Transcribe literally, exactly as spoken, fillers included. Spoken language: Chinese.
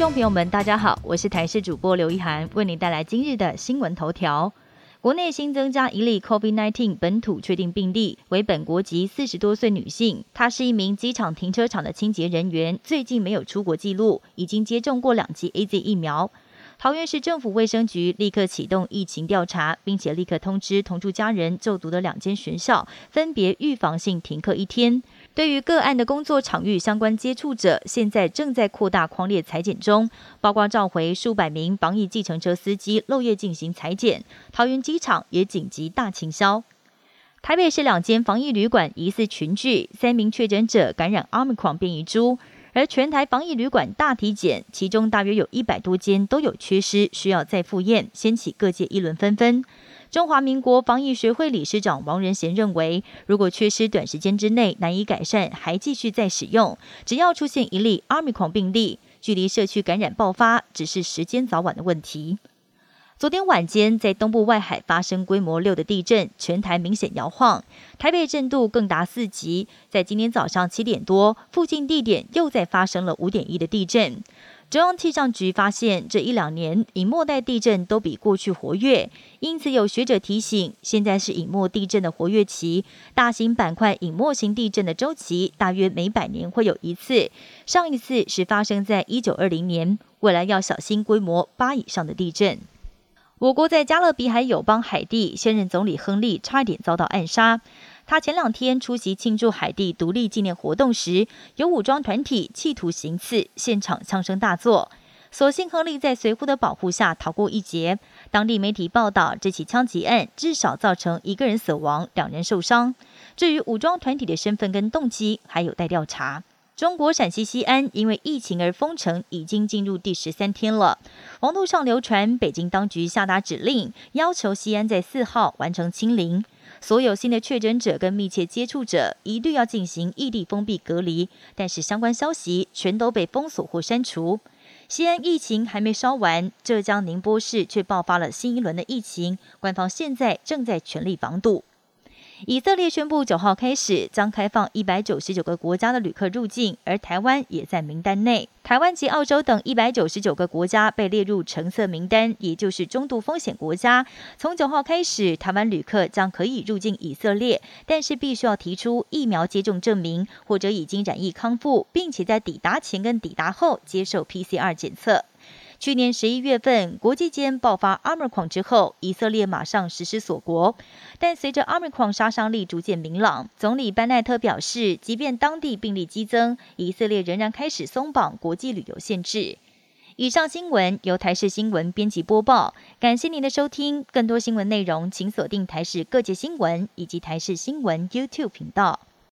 众朋友们，大家好，我是台视主播刘一涵，为您带来今日的新闻头条。国内新增加一例 COVID 十九 本土确定病例，为本国籍四十多岁女性，她是一名机场停车场的清洁人员，最近没有出国记录，已经接种过两剂 A Z 疫苗。桃园市政府卫生局立刻启动疫情调查，并且立刻通知同住家人就读的两间学校，分别预防性停课一天。对于个案的工作场域相关接触者，现在正在扩大匡列裁剪中，包括召回数百名防疫计程车司机漏夜进行裁剪。桃园机场也紧急大清消。台北市两间防疫旅馆疑似群聚，三名确诊者感染 Omicron 变异株。而全台防疫旅馆大体检，其中大约有一百多间都有缺失，需要再复验，掀起各界议论纷纷。中华民国防疫学会理事长王仁贤认为，如果缺失短时间之内难以改善，还继续再使用，只要出现一例 Omicron 病例，距离社区感染爆发只是时间早晚的问题。昨天晚间，在东部外海发生规模六的地震，全台明显摇晃，台北震度更达四级。在今天早上七点多，附近地点又再发生了五点一的地震。中央气象局发现，这一两年隐末带地震都比过去活跃，因此有学者提醒，现在是隐末地震的活跃期，大型板块隐末型地震的周期大约每百年会有一次，上一次是发生在一九二零年，未来要小心规模八以上的地震。我国在加勒比海友邦海地，现任总理亨利差一点遭到暗杀。他前两天出席庆祝海地独立纪念活动时，有武装团体企图行刺，现场枪声大作。所幸亨利在随扈的保护下逃过一劫。当地媒体报道，这起枪击案至少造成一个人死亡，两人受伤。至于武装团体的身份跟动机，还有待调查。中国陕西西安因为疫情而封城，已经进入第十三天了。网络上流传，北京当局下达指令，要求西安在四号完成清零，所有新的确诊者跟密切接触者一律要进行异地封闭隔离，但是相关消息全都被封锁或删除。西安疫情还没烧完，浙江宁波市却爆发了新一轮的疫情，官方现在正在全力防堵。以色列宣布九号开始将开放一百九十九个国家的旅客入境，而台湾也在名单内。台湾及澳洲等一百九十九个国家被列入橙色名单，也就是中度风险国家。从九号开始，台湾旅客将可以入境以色列，但是必须要提出疫苗接种证明，或者已经染疫康复，并且在抵达前跟抵达后接受 P C R 检测。去年十一月份，国际间爆发 Omicron 之后，以色列马上实施锁国。但随着 Omicron 杀伤力逐渐明朗，总理班奈特表示，即便当地病例激增，以色列仍然开始松绑国际旅游限制。以上新闻由台视新闻编辑播报，感谢您的收听。更多新闻内容，请锁定台视各界新闻以及台视新闻 YouTube 频道。